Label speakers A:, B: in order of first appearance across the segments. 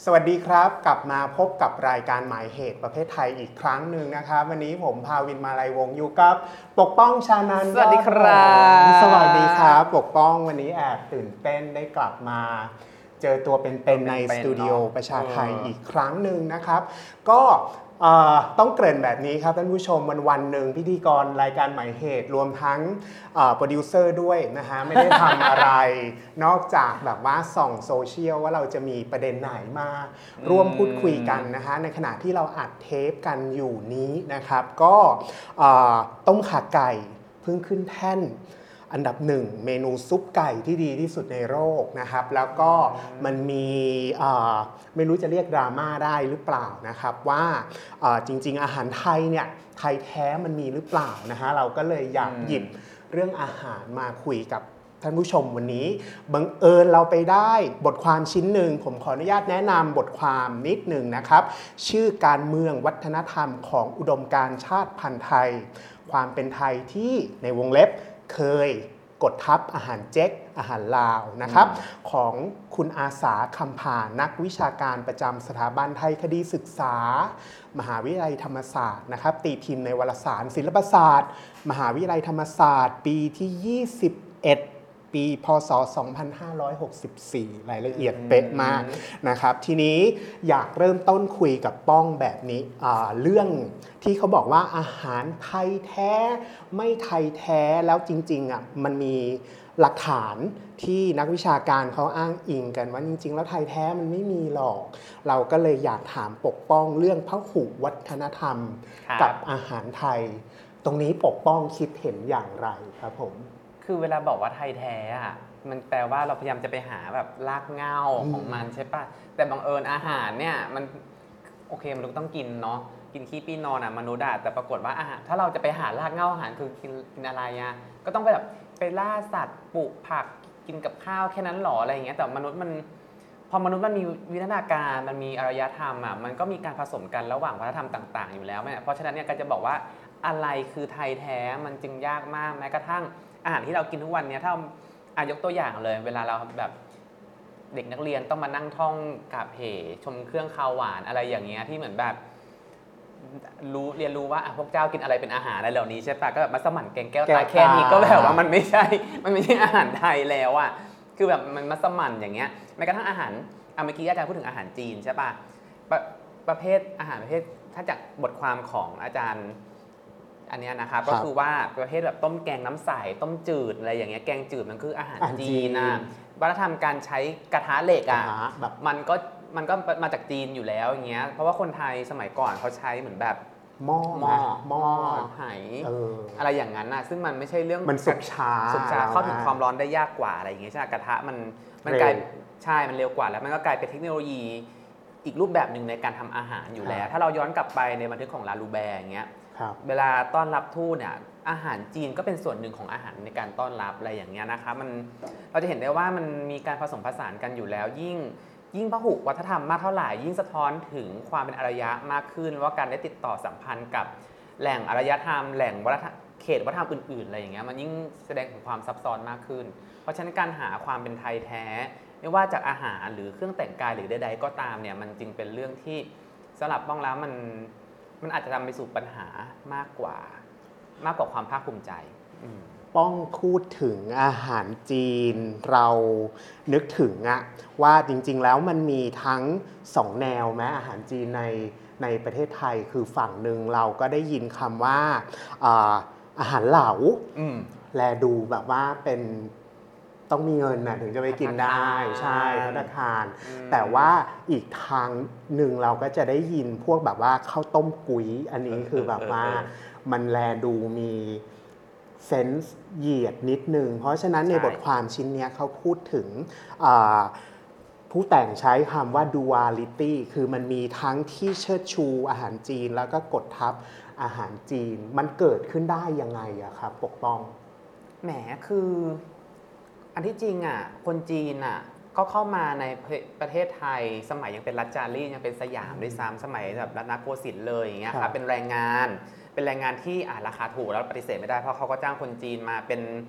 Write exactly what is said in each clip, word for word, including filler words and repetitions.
A: สวัสดีครับกลับมาพบกับรายการหมายเหตุประเภทไทยอีกครั้งหนึ่งนะครับวันนี้ผมภาวินมาลัยวงศ์อยู่กับปกป้องชานันท์
B: สวัสดีครับ
A: สวัสดีครับปกป้องวันนี้แอบตื่นเต้นได้กลับมาเจอตัวเป็นๆในสตูดิโอประชาไทยอีกครั้งหนึ่งนะครับก็ต้องเกริ่นแบบนี้ครับท่านผู้ชมวันวันหนึ่งพิธีกรรายการหมายเหตุรวมทั้งโปรดิวเซอร์ด้วยนะฮะไม่ได้ทำอะไร นอกจากแบบว่าส่องโซเชียลว่าเราจะมีประเด็นไหนมาร่วมพูดคุยกันนะฮะในขณะที่เราอัดเทปกันอยู่นี้นะครับก็ต้มข่าไก่เพิ่งขึ้นแท่นอันดับหนึ่งเมนูซุปไก่ที่ดีที่สุดในโลกนะครับแล้วก็มันมีไม่รู้จะเรียกดราม่าได้หรือเปล่านะครับว่าจริงๆอาหารไทยเนี่ยไทยแท้มันมีหรือเปล่านะฮะเราก็เลยอยากหยิบเรื่องอาหารมาคุยกับท่านผู้ชมวันนี้บังเอิญเราไปได้บทความชิ้นหนึ่งผมขออนุญาตแนะนำบทความนิดหนึ่งนะครับชื่อการเมืองวัฒนธรรมของอุดมการณ์ชาติพันธุ์ไทยความเป็นไทยที่ในวงเล็บเคยกดทับอาหารเจ๊กอาหารลาวนะครับของคุณอาสาคำผ่านนักวิชาการประจำสถาบันไทยคดีศึกษามหาวิทยาลัยธรรมศาสตร์นะครับตีพิมพ์ในวารสารศิลปศาสตร์มหาวิทยาลัยธรรมศาสตร์ปีที่ยี่สิบเอ็ดปีพ.ศ. สองพันห้าร้อยหกสิบสี่รายละเอียดเป๊ะมากนะครับทีนี้อยากเริ่มต้นคุยกับป้องแบบนี้เรื่องที่เขาบอกว่าอาหารไทยแท้ไม่ไทยแท้แล้วจริงๆอ่ะมันมีหลักฐานที่นักวิชาการเขาอ้างอิงกันว่าจริงๆแล้วไทยแท้มันไม่มีหรอกเราก็เลยอยากถามปกป้องเรื่องพหุวัฒนธรรมกับอาหารไทยตรงนี้ปกป้องคิดเห็นอย่างไรครับผม
B: คือเวลาบอกว่าไทยแท้อะมันแปลว่าเราพยายามจะไปหาแบบรากเหง้าของมันใช่ป่ะแต่บังเอิญอาหารเนี่ยมันโอเคมนุษย์ต้องกินเนาะกินขี้ปี้นอนอ่ะมนุษย์อะแต่ปรากฏว่าอาหารถ้าเราจะไปหารากเหง้าอาหารคือกินกินอะไรอ่ะก็ต้องไปแบบไปล่าสัตว์ปลูกผักกินกับข้าวแค่นั้นหรออะไรอย่างเงี้ยแต่มนุษย์มันพอมนุษย์มันมีวิวัฒนาการมันมีอารยธรรมอ่ะมันก็มีการผสมกันระหว่างวัฒนธรรมต่างๆอยู่แล้วแม่เพราะฉะนั้นเนี่ยก็จะบอกว่าอะไรคือไทยแท้มันจึงยากมากแม้กระทั่งอาหารที่เรากินทุกวันนี้ถ้าอายกตัวอย่างเลยเวลาเราแบบเด็กนักเรียนต้องมานั่งท่องกาบเหชมเครื่องคาวหวานอะไรอย่างเงี้ยที่เหมือนแบบรู้เรียนรู้ว่าพวกเจ้ากินอะไรเป็นอาหารอะไรเหล่านี้ใช่ปะก็แบบมัสมั่นแกงแก้วตาแค่นี้ก็แบบว่ามันไม่ใช่มันไม่ใช่อาหารไทยแล้วอ่ะคือแบบมันมัสมั่นอย่างเงี้ยแม้กระทั่งอาหารเมื่อกี้อาจารย์พูดถึงอาหารจีนใช่ปะประประเภทอาหารประเภทถ้าจากบทความของอาจารย์อันนี้นะครับก็คือว่าประเภทแบบต้มแกงน้ำใสต้มจืดอะไรอย่างเงี้ยแกงจืดมันคืออาหารจีนนะวัฒนธรรมการใช้กระทะเหล็กอ่ะมันก็มันก็มาจากจีนอยู่แล้วอย่างเงี้ยเพราะว่าคนไทยสมัยก่อนเขาใช้เหมือนแบบ
A: หม้อ
B: หม้อหม้อไหอะไรอย่างนั้นนะซึ่งมันไม่ใช่เรื่อง
A: มันสุกช้า
B: สุกช้าเข้าถึงความร้อนได้ยากกว่าอะไรอย่างเงี้ยใช่ไหมกระทะมันมันกลายใช่มันเร็วกว่าแล้วมันก็กลายเป็นเทคโนโลยีอีกรูปแบบหนึ่งในการทำอาหารอยู่แล้วถ้าเราย้อนกลับไปในบันทึกของลาลูแบร์อย่างเงี้ยเวลาต้อนรับทูตเนี่ยอาหารจีนก็เป็นส่วนหนึ่งของอาหารในการต้อนรับอะไรอย่างเงี้ยนะคะมันเราจะเห็นได้ว่ามันมีการผสมผสานกันอยู่แล้วยิ่งยิ่งพหุวัฒนธรรมมากเท่าไหร่ยิ่งสะท้อนถึงความเป็นอารยะมากขึ้นว่าการได้ติดต่อสัมพันธ์กับแหล่งอารยธรรมแหล่งวัฒนเขตวัฒนธรรมอื่นๆอะไรอย่างเงี้ยมันยิ่งแสดงถึงความซับซ้อนมากขึ้นเพราะฉะนั้นการหาความเป็นไทยแท้ไม่ว่าจากอาหารหรือเครื่องแต่งกายหรือใดๆก็ตามเนี่ยมันจึงเป็นเรื่องที่สำหรับบ้องแล้วมันมันอาจจะนำไปสู่ปัญหามากกว่ามากกว่าความภาคภูมิใจ
A: ป้องพูดถึงอาหารจีนเรานึกถึงอะว่าจริงๆแล้วมันมีทั้งสองแนวแม้อาหารจีนในในประเทศไทยคือฝั่งหนึ่งเราก็ได้ยินคำว่าอาอาหารเหลาแลดูแบบว่าเป็นต้องมีเงินนะถึงจะไปกินได้ใช่ภัตตาคารแต่ว่าอีกทางหนึ่งเราก็จะได้ยินพวกแบบว่าข้าวต้มกุ้ยอันนี้คือแบบว่ามันแลดูมีเซนส์เหยียดนิดนึงเพราะฉะนั้นในบทความชิ้นนี้เขาพูดถึงผู้แต่งใช้คำว่า duality คือมันมีทั้งที่เชิดชูอาหารจีนแล้วก็กดทับอาหารจีนมันเกิดขึ้นได้ยังไงอะครับปกป้อง
B: แหมคืออันที่จริงอ่ะคนจีนอ่ะก็เข้ามาในประเทศไทยสมัยยังเป็นรัชจารียังเป็นสยามด้วยซ้ำสมัยแบบรัตนโกสินทร์เลยอย่างเงี้ยครับเป็นแรงงานเป็นแรงงานที่อ่าราคาถูกแล้วปฏิเสธไม่ได้เพราะเขาก็จ้างคนจีนมาเป็น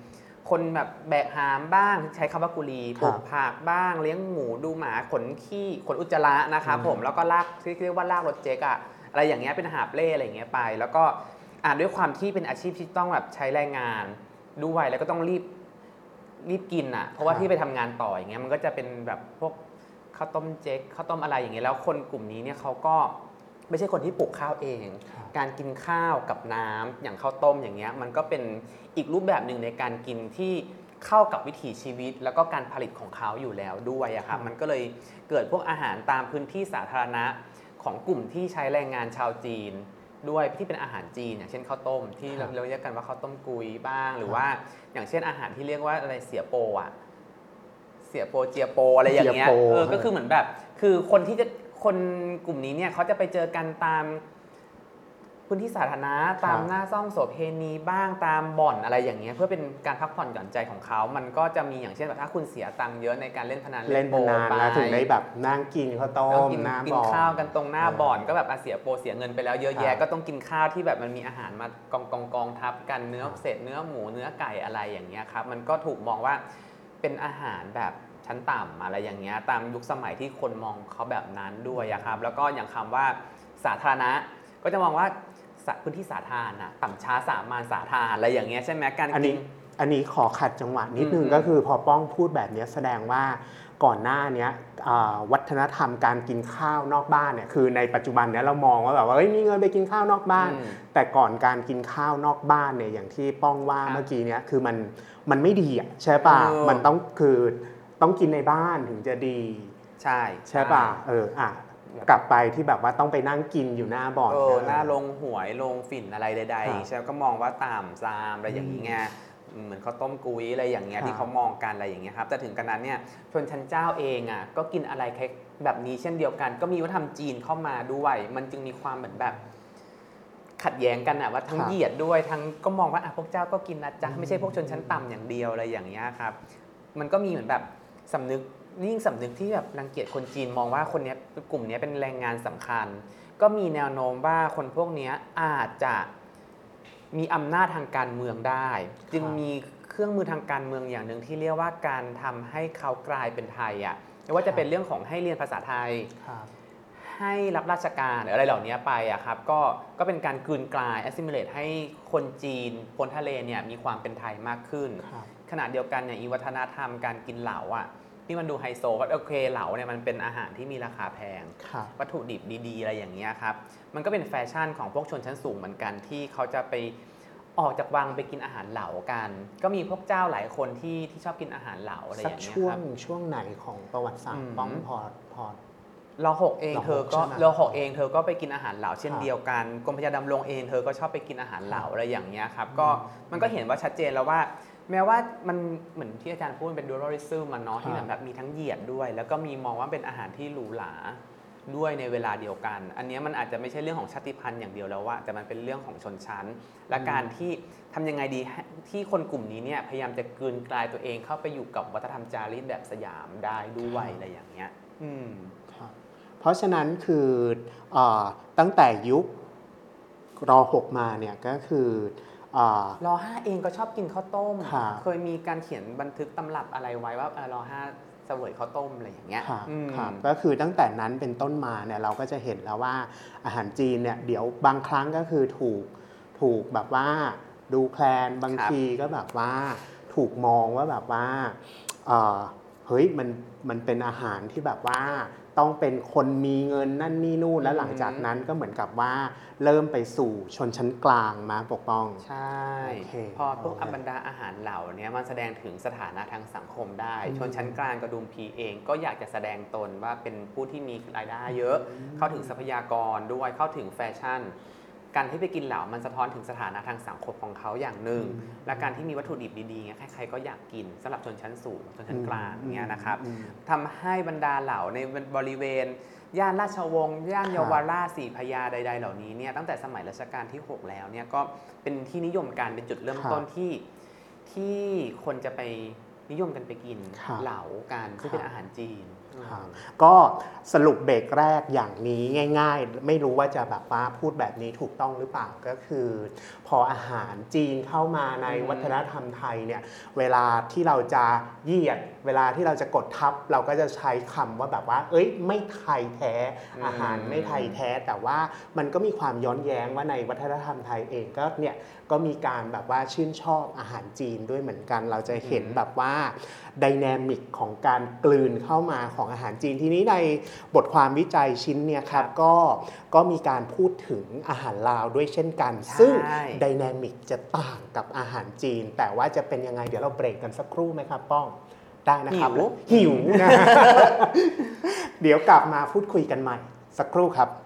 B: คนแบบแบกหามบ้างใช้คำว่ากุลีป
A: ครั
B: ลู
A: บ
B: กผักบ้างเลี้ยงหมูดูหมาขนขี้ขนอุจจาระนะครับผมแล้วก็ลากที่เรียกว่าลากรถเจ๊กอะอะไรอย่างเงี้ยเป็นหาบเล่อะไรอย่างเงี้ยไป แล้วก็อ่าด้วยความที่เป็นอาชีพที่ต้องแบบใช้แรงงานด้วยแล้วก็ต้องรีบรีบกินอะเพราะว่าที่ไปทำงานต่ออย่างเงี้ยมันก็จะเป็นแบบพวกข้าวต้มเจ๊กข้าวต้มอะไรอย่างเงี้ยแล้วคนกลุ่มนี้เนี่ยเขาก็ไม่ใช่คนที่ปลูกข้าวเอง การกินข้าวกับน้ำอย่างข้าวต้มอย่างเงี้ยมันก็เป็นอีกรูปแบบหนึ่งในการกินที่เข้ากับวิถีชีวิตแล้วก็การผลิตของเขาอยู่แล้วด้วยอะครับมันก็เลยเกิดพวกอาหารตามพื้นที่สาธารณะของกลุ่มที่ใช้แรงงานชาวจีนด้วยที่เป็นอาหารจีนอย่างเช่นข้าวต้มที่เราเรียกกันว่าข้าวต้มกุยบ้างหรือว่าอย่างเช่นอาหารที่เรียกว่าอะไรเสียโปอะเสียโปเจียโปอะไรอย่างเงี้ยเออก็คือเหมือนแบบคือคนที่จะคนกลุ่มนี้เนี่ยเขาจะไปเจอกันตามพื้นที่สาธารณะตามหน้าซ่องโสเภณีบ้างตามบ่อนอะไรอย่างเงี้ยเพื่อเป็นการพักผ่อนหย่อนใจของเขามันก็จะมีอย่างเช่นแบบถ้าคุณเสียตังค์เยอะในการเล่นพนันเล่นโปไป
A: แล้วถึงได้แบบนั่งกินข้าวต้มหน้าบ่อน
B: กินข้าวกันตรงหน้าบ่อนก็แบบเสียโปเสียเงินไปแล้วเยอะแยะก็ต้องกินข้าวที่แบบมันมีอาหารมากองกองกองทับกันเนื้อเศษเนื้อหมูเนื้อไก่อะไรอย่างเงี้ยครับมันก็ถูกมองว่าเป็นอาหารแบบชั้นต่ำอะไรอย่างเงี้ยตามยุคสมัยที่คนมองเขาแบบนั้นด้วยครับแล้วก็อย่างคำว่าสาธารณะก็จะมองว่าพื้นที่สาธารณะต่ำช้าสามัญสาธารอะไรอย่างเงี้ยใช่ไหมการกิน
A: อันนี้ขอขัดจังหวะนิดนึงก็คือพอป้องพูดแบบนี้แสดงว่าก่อนหน้านี้วัฒนธรรมการกินข้าวนอกบ้านเนี่ยคือในปัจจุบันเนี้ยเรามองว่าแบบว่าเฮ้ยมีเงินไปกินข้าวนอกบ้านแต่ก่อนการกินข้าวนอกบ้านเนี่ยอย่างที่ป้องว่าเมื่อกี้เนี้ยคือมันมันไม่ดีอ่ะใช่ป่ะมันต้องคือต้องกินในบ้านถึงจะดี
B: ใช่
A: ใช่ป่ะเอออ่ะกลับไปที่แบบว่าต้องไปนั่งกินอยู่หน้าบ่อน
B: เออหน้าโรงหวยโรงฝิ่นอะไรใดๆใช่ก็มองว่าต่ำซามอะไรอย่างนี้ไงเหมือนข้าวต้มกุ้ยอะไรอย่างเงี้ยที่เขามองกันอะไรอย่างเงี้ยครับแต่ถึงกระนั้นเนี่ยชนชั้นเจ้าเองอ่ะก็กินอะไรแบบนี้เช่นเดียวกันก็มีวัฒนธรรมจีนเข้ามาด้วยมันจึงมีความเหมือนแบบขัดแย้งกันอ่ะว่าทั้งเหยียดด้วยทั้งก็มองว่าอ่ะพวกเจ้าก็กินนะจ๊ะไม่ใช่พวกชนชั้นต่ำอย่างเดียวอะไรอย่างเงี้ยครับมันก็มีเหมือนแบบสำนึกยิ่งสำนึกที่แบบรังเกียจคนจีนมองว่าคนนี้กลุ่มนี้เป็นแรงงานสำคัญก็มีแนวโน้มว่าคนพวกนี้อาจจะมีอำนาจทางการเมืองได้จึงมีเครื่องมือทางการเมืองอย่างหนึ่งที่เรียกว่าการทำให้เขากลายเป็นไทยอ่ะไม่ว่าจะเป็นเรื่องของให้เรียนภาษาไทยให้รับราชการหรืออะไรเหล่านี้ไปอ่ะครับก็ก็เป็นการกลืนกลาย assimilate ให้คนจีนพ้นทะเลเนี่ยมีความเป็นไทยมากขึ้นขณะเดียวกันเนี่ยอีวัฒนธรรมการกินเหลาอ่ะที่มันดูไฮโซว่าโอเคเหลาเนี่ยมันเป็นอาหารที่มีราคาแพงวัตถุดิบดีๆอะไรอย่างเงี้ยครับมันก็เป็นแฟชั่นของพวกชนชั้นสูงเหมือนกันที่เขาจะไปออกจากวังไปกินอาหารเหลากันก็มีพวกเจ้าหลายคนที่ที่ชอบกินอาหารเหลาอะไรอย่างเงี้ยครับ
A: ช่วงช่วงไหนของประวัติศาสตร์ป้องพอพอ
B: รอหกเองเธอก็รอหกเองเธอก็ไปกินอาหารเหลาเช่นเดียวกันกรมพระยาดำรงเองเธอก็ชอบไปกินอาหารเหลาอะไรอย่างเงี้ยครับก็มันก็เห็นว่าชัดเจนแล้วว่าแม้ว่ามันเหมือนที่อาจารย์พูดเป็นดูรัลิซึมมันเนาะที่แบบมีทั้งเหยียดด้วยแล้วก็มีมองว่าเป็นอาหารที่หรูหราด้วยในเวลาเดียวกันอันนี้มันอาจจะไม่ใช่เรื่องของชาติพันธุ์อย่างเดียวแล้วว่าแต่มันเป็นเรื่องของชนชั้นและการที่ทำยังไงดีที่คนกลุ่มนี้เนี่ยพยายามจะกลืนกลายตัวเองเข้าไปอยู่กับวัฒนธรรมจารีตแบบสยามได้ด้วยอะไรอย่างเงี้ยอืม
A: เพราะฉะนั้นคืออตั้งแต่ยุครอหกมาเนี่ยก็คือ
B: รอห้าเองก็ชอบกินข้าวต้มเคยมีการเขียนบันทึกตำรับอะไรไว้ว่ารอห้าเสวยข้าวต้มอะไรอย่างเงี้ย
A: ครับก็คือตั้งแต่นั้นเป็นต้นมาเนี่ยเราก็จะเห็นแล้วว่าอาหารจีนเนี่ยเดี๋ยวบางครั้งก็คือถูกถูกแบบว่าดูแคลนบางทีก็แบบว่าถูกมองว่าแบบว่าเฮ้ยมันมันเป็นอาหารที่แบบว่าต้องเป็นคนมีเงินนั่นนี่นู่นแล้วหลังจากนั้นก็เหมือนกับว่าเริ่มไปสู่ชนชั้นกลางมาปกป้อง
B: ใช่ okay. พอพวกบรรดาอาหารเหล่านี้มันแสดงถึงสถานะทางสังคมได้ชนชั้นกลางกระดุมพีเองก็อยากจะแสดงตนว่าเป็นผู้ที่มีรายได้เยอะเข้าถึงทรัพยากรด้วยเข้าถึงแฟชั่นการที่ไปกินเหล่ามันสะท้อนถึงสถานะทางสังคมของเขาอย่างหนึ่งและการที่มีวัตถุดิบดีๆเงี้ยใครๆก็อยากกินสำหรับชนชั้นสูงชนชั้นกลางเงี้ยนะครับทำให้บรรดาเหล่าในบริเวณย่านราชวงศ์ย่านเยาวราชศรีพระยาใดๆเหล่านี้เนี่ยตั้งแต่สมัยรัชกาลที่หกแล้วเนี่ยก็เป็นที่นิยมการเป็นจุดเริ่มต้นที่ที่คนจะไปนิยมกันไปกินเหลากันซึ่งเป็นอาหารจีน
A: ก็สรุปเบรกแรกอย่างนี้ง่ายๆไม่รู้ว่าจะแบบว่าพูดแบบนี้ถูกต้องหรือเปล่าก็คือพออาหารจีนเข้ามาในวัฒนธรรมไทยเนี่ยเวลาที่เราจะเหยียดเวลาที่เราจะกดทับเราก็จะใช้คำว่าแบบว่าเอ้ยไม่ไทยแท้อาหารไม่ไทยแท้แต่ว่ามันก็มีความย้อนแย้งว่าในวัฒนธรรมไทยเองก็เนี่ยก็มีการแบบว่าชื่นชอบอาหารจีนด้วยเหมือนกันเราจะเห็นแบบว่าไดนามิกของการกลืนเข้ามาของอาหารจีนทีนี้ในบทความวิจัยชิ้นเนี่ยครับก็ก็มีการพูดถึงอาหารลาวด้วยเช่นกันซึ่งไดนามิกจะต่างกับอาหารจีนแต่ว่าจะเป็นยังไงเดี๋ยวเราเบรกกันสักครู่ไหมครับป้องได้นะครับหิวนะ เดี๋ยวกลับมาพูดคุยกันใหม่สักครู่ครับ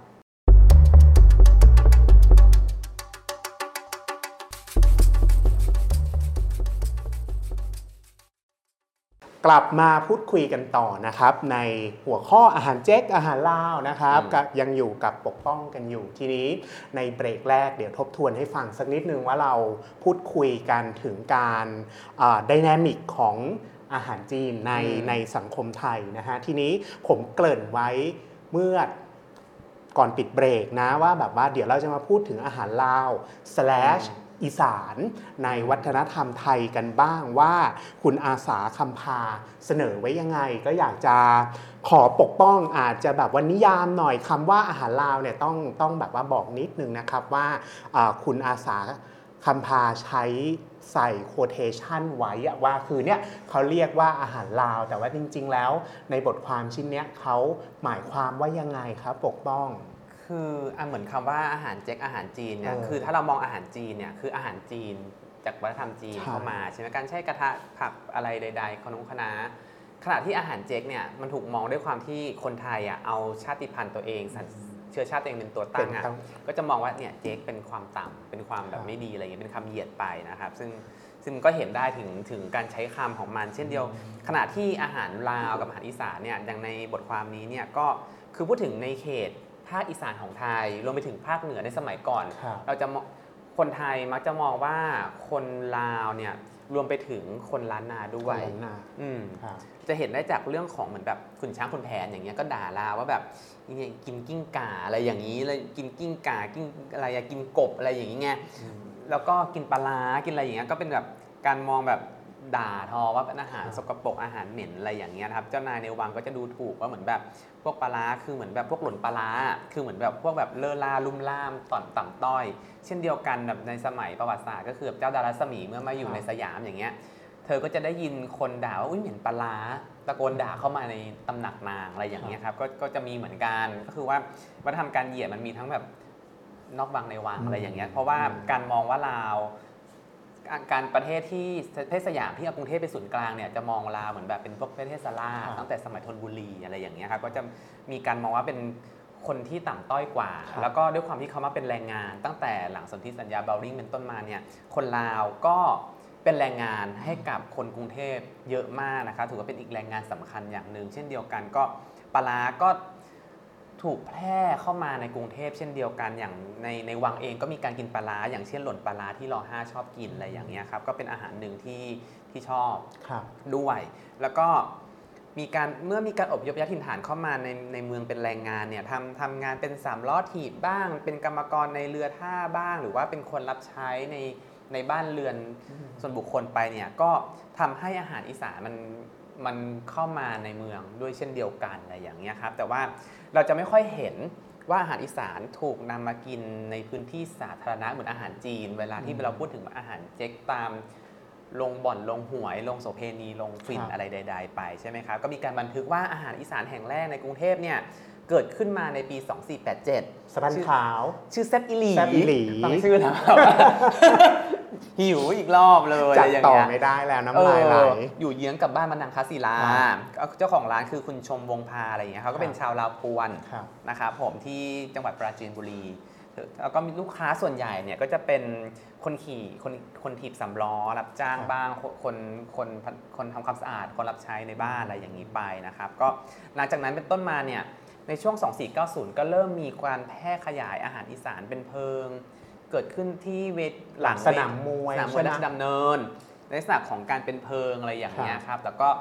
A: กลับมาพูดคุยกันต่อนะครับในหัวข้ออาหารเจ๊กอาหารลาวนะครับยังอยู่กับปกป้องกันอยู่ทีนี้ในเบรกแรกเดี๋ยวทบทวนให้ฟังสักนิดนึงว่าเราพูดคุยกันถึงการไดนามิกของอาหารจีนในในสังคมไทยนะฮะทีนี้ผมเกริ่นไว้เมื่อก่อนปิดเบรกนะว่าแบบว่าเดี๋ยวเราจะมาพูดถึงอาหารลาว slashอีสานในวัฒนธรรมไทยกันบ้างว่าคุณอาสาคำพาเสนอไว้ยังไงก็อยากจะขอปกป้องอาจจะแบบว่านิยามหน่อยคำว่าอาหารลาวเนี่ยต้องต้องแบบว่าบอกนิดนึงนะครับว่าคุณอาสาคำพาใช้ใส่โคเทชันไว้ว่าคือเนี่ยเขาเรียกว่าอาหารลาวแต่ว่าจริงๆแล้วในบทความชิ้นเนี้ยเขาหมายความว่ายังไงครับปกป้อง
B: คืออ่ะเหมือนคำว่าอาหารเจ๊กอาหารจีนเนี่ยคือถ้าเรามองอาหารจีนเนี่ยคืออาหารจีนจากวัฒนธรรมจีนเข้ามาใช่ไหมการใช้กระทะผักอะไรใดๆขนมคณะขณะที่อาหารเจ๊กเนี่ยมันถูกมองด้วยความที่คนไทยอ่ะเอาชาติพันธุ์ตัวเองเชื้อชาติตัวเองเป็นตัวตั้งอ่ะก็จะมองว่าเนี่ยเจ๊กเป็นความต่ำเป็นความแบบไม่ดีอะไรอย่างเงี้ยเป็นคำเหยียดไปนะครับซึ่งซึ่งก็เห็นได้ถึงถึงการใช้คำของมันเช่นเดียวขณะที่อาหารลาวกับอาหารอีสานเนี่ยอย่างในบทความนี้เนี่ยก็คือพูดถึงในเขตภาคอีสานของไทยรวมไปถึงภาคเหนือในสมัยก่อนเราจะคนไทยมักจะมองว่าคนลาวเนี่ยรวมไปถึงคนล้านนาด้วยจะเห็นได้จากเรื่องของเหมือนแบบขุนช้างขุนแผนอย่างเงี้ยก็ด่าลาวว่าแบบกินกิ้งก่าอะไรอย่างนี้เลยกินกิ้งก่ากิ้งอะไรกินกบอะไรอย่างนี้ไงแล้วก็กินปลาร้ากินอะไรอย่างเงี้ยก็เป็นแบบการมองแบบด่าทอว่าเป็นอาหารสกปรกอาหารเหม็นอะไรอย่างเงี้ยนะครับเจ้านายในวังก็จะดูถูกว่าเหมือนแบบพวกปลาร้าคือเหมือนแบบพวกหล่นปลาร้าคือเหมือนแบบพวกแบบเลอล่าลุ่มล่ามต่ำต่ำต้อยเช่นเดียวกันแบบในสมัยประวัติศาสตร์ก็คือแบบเจ้าดารัศมีเมื่อมาอยู่ในสยามอย่างเงี้ยเธอก็จะได้ยินคนด่าว่าอุ้ยเหม็นปลาร้าตะโกนด่าเข้ามาในตำหนักนางอะไรอย่างเงี้ยครับก็ก็จะมีเหมือนกันก็คือว่าวัฒนธรรมการเหยียดมันมีทั้งแบบนอกวังในวังอะไรอย่างเงี้ยเพราะว่าการมองว่าลาวการประเทศที่ประเทศสยามที่เอากรุงเทพเป็นศูนย์กลางเนี่ยจะมองลาวเหมือนแบบเป็นพวกประเทศสลาตั้งแต่สมัยธนบุรีอะไรอย่างเงี้ยครับก็จะมีการมองว่าเป็นคนที่ต่ำต้อยกว่าแล้วก็ด้วยความที่เขามาเป็นแรงงานตั้งแต่หลังสนธิสัญญาเบลลิงเป็นต้นมาเนี่ยคนลาวก็เป็นแรงงานให้กับคนกรุงเทพเยอะมากนะครับถือว่าเป็นอีกแรงงานสำคัญอย่างหนึ่งเช่นเดียวกันก็ปลาร้าก็ถูกแพร่เข้ามาในกรุงเทพเช่นเดียวกันอย่างในในวังเองก็มีการกินปลาร้าอย่างเช่นหล่นปลาร้าที่รอห้าชอบกินอะไรอย่างเงี้ยครับก็เป็นอาหารหนึ่งที่ที่ชอบด้วยแล้วก็มีการเมื่อมีการอพยพย้ายถิ่นฐานเข้ามาในในเมืองเป็นแรงงานเนี่ยทำทำงานเป็นสามล้อถีบบ้างเป็นกรรมกรในเรือท่าบ้างหรือว่าเป็นคนรับใช้ในในบ้านเรือนส่วนบุคคลไปเนี่ยก็ทำให้อาหารอีสานมันมันเข้ามาในเมืองด้วยเช่นเดียวกันอะไรอย่างเงี้ยครับแต่ว่าเราจะไม่ค่อยเห็นว่าอาหารอีสานถูกนำมากินในพื้นที่สาธารณะเหมือนอาหารจีนเวลาที่เราพูดถึงอาหารเจ๊กตามลงบ่อนลงหวยลงโสเพณีลงฟินอะไรใดๆไปใช่ไหมครับก็มีการบันทึกว่าอาหารอีสานแห่งแรกในกรุงเทพเนี่ยเกิดขึ้นมาในปีสองสี่แปดเจ็ด
A: สะพานขาว
B: ชื่อแซบอิหลี
A: แซบอิหลี
B: ฟังชื่อแล้วหิวอีกรอบเลย
A: จัดต่อไม่ได้แล้วน้ำลายไหล
B: อยู่เยื้องกับบ้านมนังคศิลาเจ้าของร้านคือคุณชมวงพาอะไรอย่างเงี้ยเขาก็เป็นชาวลาวพวนนะครับผมที่จังหวัดปราจีนบุรีแล้วก็มีลูกค้าส่วนใหญ่เนี่ยก็จะเป็นคนขี่คนคนถีบสำล้อรับจ้างบ้างคนคนคนทำความสะอาดคนรับใช้ในบ้านอะไรอย่างนี้ไปนะครับก็หลังจากนั้นเป็นต้นมาเนี่ยในช่วงสองสี่เก้าศูนย์ก็เริ่มมีการแพร่ขยายอาหารอีสานเป็นเพิงเกิดขึ้นที่เวทหลัง
A: สนามมวย
B: สนามมวยราชดำเนินในลักษณะของการเป็นเพิงอะไรอย่างเงี้ยครับแล้วก็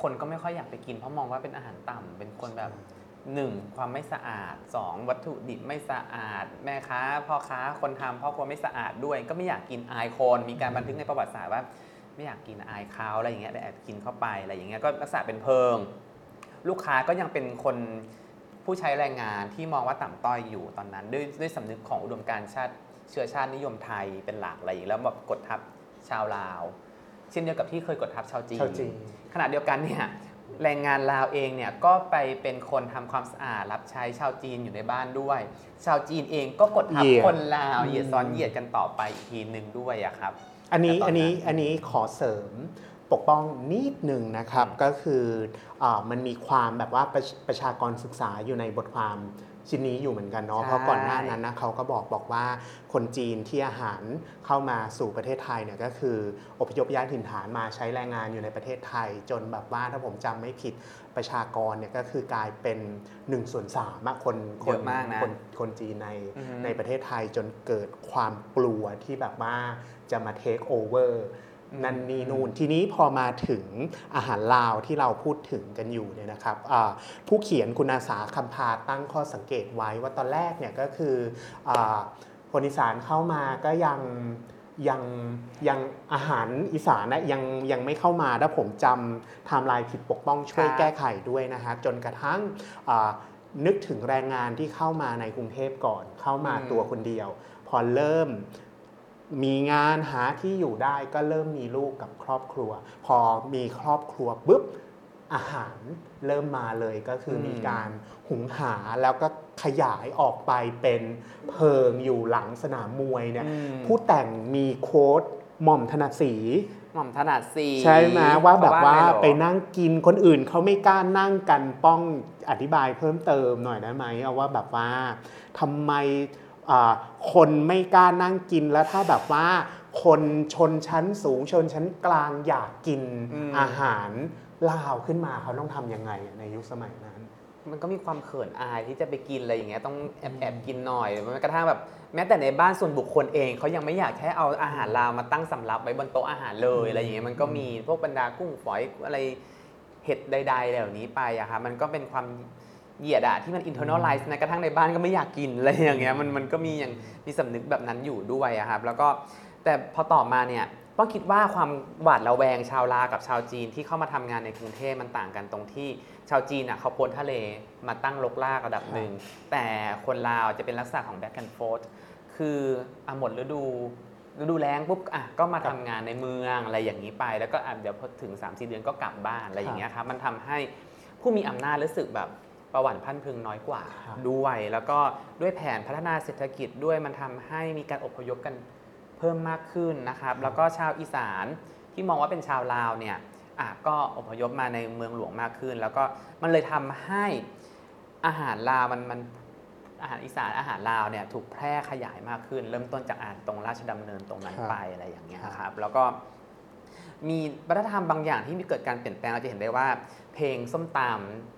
B: คนก็ไม่ค่อยอยากไปกินเพราะมองว่าเป็นอาหารต่ำเป็นคนแบบหนึ่งความไม่สะอาดสองวัตถุดิบไม่สะอาดแม่ค้าพ่อค้าคนทำพ่อครัวไม่สะอาดด้วยก็ไม่อยากกินอายคนมีการบันทึกในประวัติศาสตร์ว่าไม่อยากกินอายเขาอะไรอย่างเงี้ยแต่แอบกินเข้าไปอะไรอย่างเงี้ยก็ลักษณะเป็นเพิงลูกค้าก็ยังเป็นคนผู้ใช้แรงงานที่มองว่าต่ำต้อยอยู่ตอนนั้นด้วยด้วยสำนึกของอุดมการณ์ชาติเชื้อชาตินิยมไทยเป็นหลักอะไรอย่างแล้วแบบกดทับชาวลาวเช่นเดียวกับที่เคยกดทับชาวจีนขณะเดียวกันเนี่ยแรงงานลาวเองเนี่ยก็ไปเป็นคนทำความสะอาดรับใช้ชาวจีนอยู่ในบ้านด้วยชาวจีนเองก็กดทับคนลาวเหยียดซ้อนเหยียดกันต่อไปอีกทีหนึ่งด้วยอะครับ
A: อันนี้อันนี้อันนี้ขอเสริมปกป้องนิดหนึ่งนะครับก็คืออมันมีความแบบว่าประประชากรศึกษาอยู่ในบทความชิ้นนี้อยู่เหมือนกันเนาะเพราะก่อนหน้านั้นนะเขาก็บอกบอกว่าคนจีนที่อาหารเข้ามาสู่ประเทศไทยเนี่ยก็คืออพยพย้ายถิ่นฐานมาใช้แรงงานอยู่ในประเทศไทยจนแบบว่าถ้าผมจำไม่ผิดประชากรเนี่ยก็คือกลายเป็นหนึ่งส่วนสามคนคนคนคนจีนในในประเทศไทยจนเกิดความกลัวที่แบบว่าจะมาเทคโอเวอร์นั่นนี่นู่นทีนี้พอมาถึงอาหารลาวที่เราพูดถึงกันอยู่เนี่ยนะครับผู้เขียนคุณอาสาคำพาตั้งข้อสังเกตไว้ว่าตอนแรกเนี่ยก็คือคนอีสานเข้ามาก็ยังยังยังอาหารอีสานนะยังยังไม่เข้ามาถ้าผมจำไทม์ไลน์ผิดปกป้องช่วยแก้ไขด้วยนะฮะจนกระทั่งนึกถึงแรงงานที่เข้ามาในกรุงเทพก่อนเข้ามาตัวคนเดียวพอเริ่มมีงานหาที่อยู่ได้ก็เริ่มมีลูกกับครอบครัวพอมีครอบครัวปุ๊บอาหารเริ่มมาเลยก็คือมีการหุงหาแล้วก็ขยายออกไปเป็นเพิงอยู่หลังสนามมวยเนี่ยผู้แต่งมีโค้ดหม่อมถนัดศรี
B: หม่อมถนัดศรี
A: ใช่ไหมว่าแบบว่าไปนั่งกินคนอื่นเขาไม่กล้านั่งกันป้องอธิบายเพิ่มเติมหน่อยได้ไหมเอาว่าแบบว่าทำไมคนไม่กล้านั่งกินแล้วถ้าแบบว่าคนชนชั้นสูงชนชั้นกลางอยากกินอาหารลาวขึ้นมาเขาต้องทำยังไงในยุคสมัยนั้น
B: มันก็มีความเขินอายที่จะไปกินอะไรอย่างเงี้ยต้องแอบแอบกินหน่อยแม้กระทั่งแบบแม้แต่ในบ้านส่วนบุคคลเองเขายังไม่อยากแค่เอาอาหารลาวมาตั้งสำรับไว้บนโต๊ะอาหารเลยอะไรอย่างเงี้ยมันก็มีพวกบรรดากุ้งฝอยอะไรเห็ดใดๆเหล่านี้ไปอะค่ะมันก็เป็นความเหยียดอะที่มัน internalize นะกระทั่งในบ้านก็ไม่อยากกินอะไรอย่างเงี้ยมันมันก็มีอย่างมีสำนึกแบบนั้นอยู่ด้วยอะครับแล้วก็แต่พอต่อมาเนี่ยต้องคิดว่าความหวาดระแวงชาวลาวกับชาวจีนที่เข้ามาทำงานในกรุงเทพมันต่างกันตรงที่ชาวจีนอ่ะเขาพ้นทะเลมาตั้งรกรากระดับหนึ่งแต่คนลาวจะเป็นลักษณะของ back and forth คืออ่ะหมดฤดูฤดูแล้งปุ๊บอ่ะก็มาทำงานในเมืองอะไรอย่างนี้ไปแล้วก็อ่ะเดี๋ยวพอถึง สามสี่ เดือนก็กลับบ้านอะไรอย่างเงี้ยครับมันทำให้ผู้มีอำนาจรู้สึกแบบประวัติพันพึงน้อยกว่าด้วยแล้วก็ด้วยแผนพัฒนาเศรษฐกิจด้วยมันทำให้มีการอพยพกันเพิ่มมากขึ้นนะครับแล้วก็ชาวอีสานที่มองว่าเป็นชาวลาวเนี่ยอ่ะก็อพยพมาในเมืองหลวงมากขึ้นแล้วก็มันเลยทำให้อาหารลาวมันมันอาหารอีสานอาหารลาวเนี่ยถูกแพร่ขยายมากขึ้นเริ่มต้นจากอ่านตรงราชดำเนินตรงนั้นไปอะไรอย่างเงี้ยครับแล้วก็มีวัฒนธรรมบางอย่างที่มีเกิดการเปลี่ยนแปลงเราจะเห็นได้ว่าเพลงส้มตำ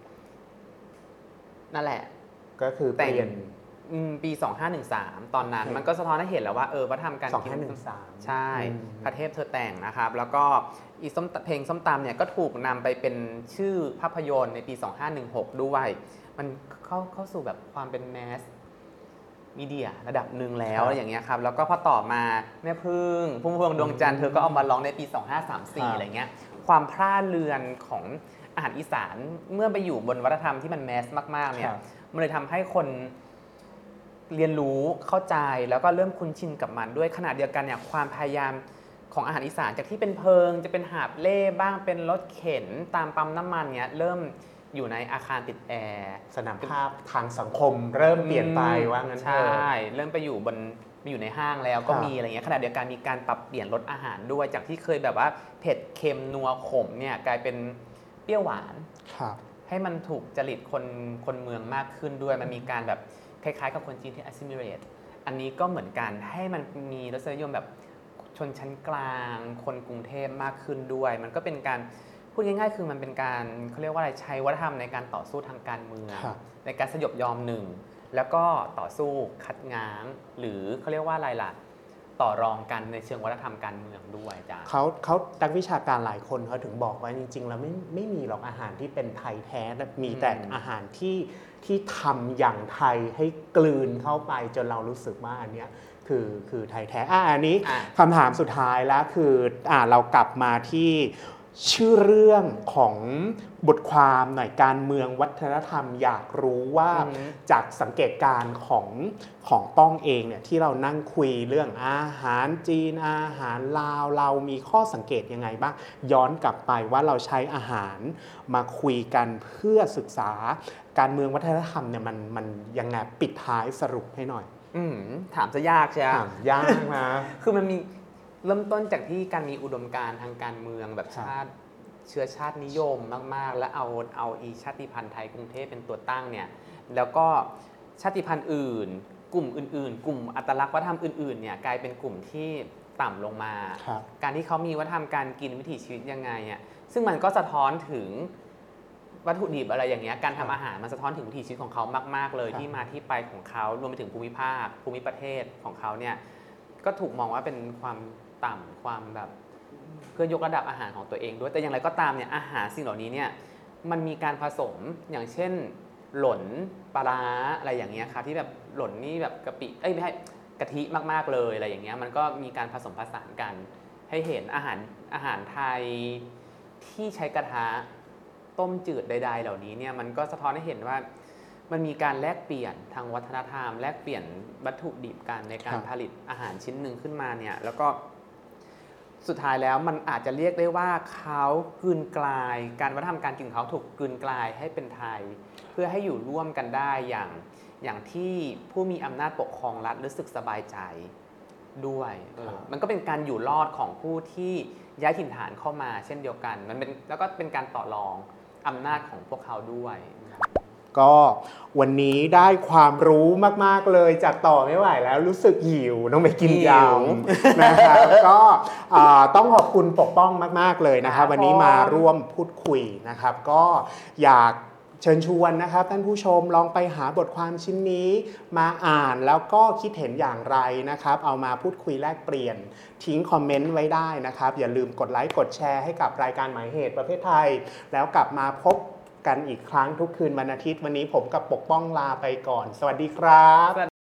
B: นั่นแหละ
A: ก็คือเปลี่ยน
B: ปีสองพันห้าร้อยสิบสามตอนนั้นมันก็สะท้อนให้เห็นแล้วว่าเออวัฒนธรรมการ
A: กินสองพันห้าร้อยสิบสาม
B: ใช่พระเทพเธอแต่งนะครับแล้วก็อีส้มเพลงส้มตำเนี่ยก็ถูกนำไปเป็นชื่อภาพยนตร์ในปีสองพันห้าร้อยสิบหกด้วยมันเข้าเข้าสู่แบบความเป็นแมสมีเดียระดับหนึ่งแล้วอย่างเงี้ยครับแล้วก็พอต่อมาแม่พึ่งพุ่มพวงดวงจันทร์เธอก็เอามาร้องในปีสองพันห้าร้อยสามสิบสี่อะไรเงี้ยความพร่าเรือนของอาหารอีสานเมื่อไปอยู่บนวัฒนธรรมที่มันแมสมากๆเนี่ยมันเลยทำให้คนเรียนรู้เข้าใจแล้วก็เริ่มคุ้นชินกับมันด้วยขณะเดียวกันเนี่ยความพยายามของอาหารอีสานจากที่เป็นเพิงจะเป็นหาบเล่บ้างเป็นรถเข็นตามปั๊มน้ำมันเนี่ยเริ่มอยู่ในอาคารติดแอร์
A: สนามภาพทางสังคมเริ่มเปลี่ยนไปว่างั้น
B: ใช่เริ่มไปอยู่บนไปอยู่ในห้างแล้วก็มีอะไรเงี้ยขณะเดียวกันมีการปรับเปลี่ยนรสอาหารด้วยจากที่เคยแบบว่าเผ็ดเค็มนัวขมเนี่ยกลายเป็นเปรี้ยวหวานให้มันถูกจริตคนคนเมืองมากขึ้นด้วยมันมีการแบบคล้ายๆกับคนจีนที่ assimilate อันนี้ก็เหมือนกันให้มันมีรสนิยมแบบชนชั้นกลางคนกรุงเทพมากขึ้นด้วยมันก็เป็นการพูดง่ายๆคือมันเป็นการเขาเรียกว่าอะไรใช้วัฒนธรรมในการต่อสู้ทางการเมืองในการสยบยอมหนึ่งแล้วก็ต่อสู้คัดง้างหรือเขาเรียกว่าอะไรล่ะต่อรองกันในเชิงวัฒนธรรมการเมืองด้วยจ้ะ
A: เขาเขานักวิชาการหลายคนเขาถึงบอกว่าจริงๆแล้วไม่ไม่มีหรอกอาหารที่เป็นไทยแท้มีแต่อาหารที่ที่ทำอย่างไทยให้กลืนเข้าไปจนเรารู้สึกว่าอันเนี้ยคือคือไทยแท้อ่ะอันนี้คำถามสุดท้ายแล้วคืออ่าเรากลับมาที่ชื่อเรื่องของบทความหน่อยการเมืองวัฒนธรรมอยากรู้ว่าจากสังเกตการณ์ของของป้องเองเนี่ยที่เรานั่งคุยเรื่องอาหารจีนอาหารลาวเรามีข้อสังเกตยังไงบ้างย้อนกลับไปว่าเราใช้อาหารมาคุยกันเพื่อศึกษาการเมืองวัฒนธรรมเนี่ยมันมันยังไงปิดท้ายสรุปให้หน่อย
B: อืมถามจะยากใช่ไหม
A: ถามยากนะ
B: คือมันมีเริ่มต้นจากที่การมีอุดมการณ์ทางการเมืองแบบชาติเชื้อชาตินิยมมากๆแล้วเอาเอาอีชาติพันธุ์ไทยกรุงเทพเป็นตัวตั้งเนี่ยแล้วก็ชาติพันธุ์อื่นกลุ่มอื่นๆกลุ่มอัตลักษณ์วัฒนธรรมอื่นๆเนี่ยกลายเป็นกลุ่มที่ต่ำลงมาการที่เขามีวัฒนธรรมการกินวิถีชีวิตยังไงอ่ะซึ่งมันก็สะท้อนถึงวัตถุดิบอะไรอย่างเงี้ยการทำอาหารมันสะท้อนถึงวิถีชีวิตของเขามากๆเลยที่มาที่ไปของเขารวมไปถึงภูมิภาคภูมิประเทศของเขาเนี่ยก็ถูกมองว่าเป็นความต่ำความแบบเพื่อยกระดับอาหารของตัวเองด้วยแต่อย่างไรก็ตามเนี่ยอาหารสิ่งเหล่านี้เนี่ยมันมีการผสมอย่างเช่นหล่นปลาร้าอะไรอย่างเงี้ยครับที่แบบหล่นนี่แบบกะปิเอ้ยไม่ใช่กะทิมากๆเลยอะไรอย่างเงี้ยมันก็มีการผสมผสานกันให้เห็นอาหารอาหารไทยที่ใช้กระทะต้มจืดใดๆเหล่านี้เนี่ยมันก็สะท้อนให้เห็นว่ามันมีการแลกเปลี่ยนทางวัฒนธรรมแลกเปลี่ยนวัตถุดิบกันในการผลิตอาหารชิ้นหนึ่งขึ้นมาเนี่ยแล้วก็สุดท้ายแล้วมันอาจจะเรียกได้ว่าเขากลืนกลายการวัฒนธรรมการกินเขาถูกกลืนกลายให้เป็นไทยเพื่อให้อยู่ร่วมกันได้อย่างอย่างที่ผู้มีอำนาจปกครองรัฐรู้สึกสบายใจด้วยมันก็เป็นการอยู่รอดของผู้ที่ย้ายถิ่นฐานเข้ามาเช่นเดียวกันมันเป็นแล้วก็เป็นการต่อรองอำนาจของพวกเขาด้วย
A: ก็วันนี้ได้ความรู้มากๆเลยจากต่อไม่ไหวแล้วรู้สึกหิวต้องไปกินยำนะครับก็ต้องขอบคุณปกป้องมากๆเลยนะครับวันนี้มาร่วมพูดคุยนะครับก็อยากเชิญชวนนะครับท่านผู้ชมลองไปหาบทความชิ้นนี้มาอ่านแล้วก็คิดเห็นอย่างไรนะครับเอามาพูดคุยแลกเปลี่ยนทิ้งคอมเมนต์ไว้ได้นะครับอย่าลืมกดไลค์กดแชร์ให้กับรายการหมายเหตุประเภทไทยแล้วกลับมาพบกันอีกครั้งทุกคืนวันอาทิตย์วันนี้ผมกับปกป้องลาไปก่อนสวัสดีครับ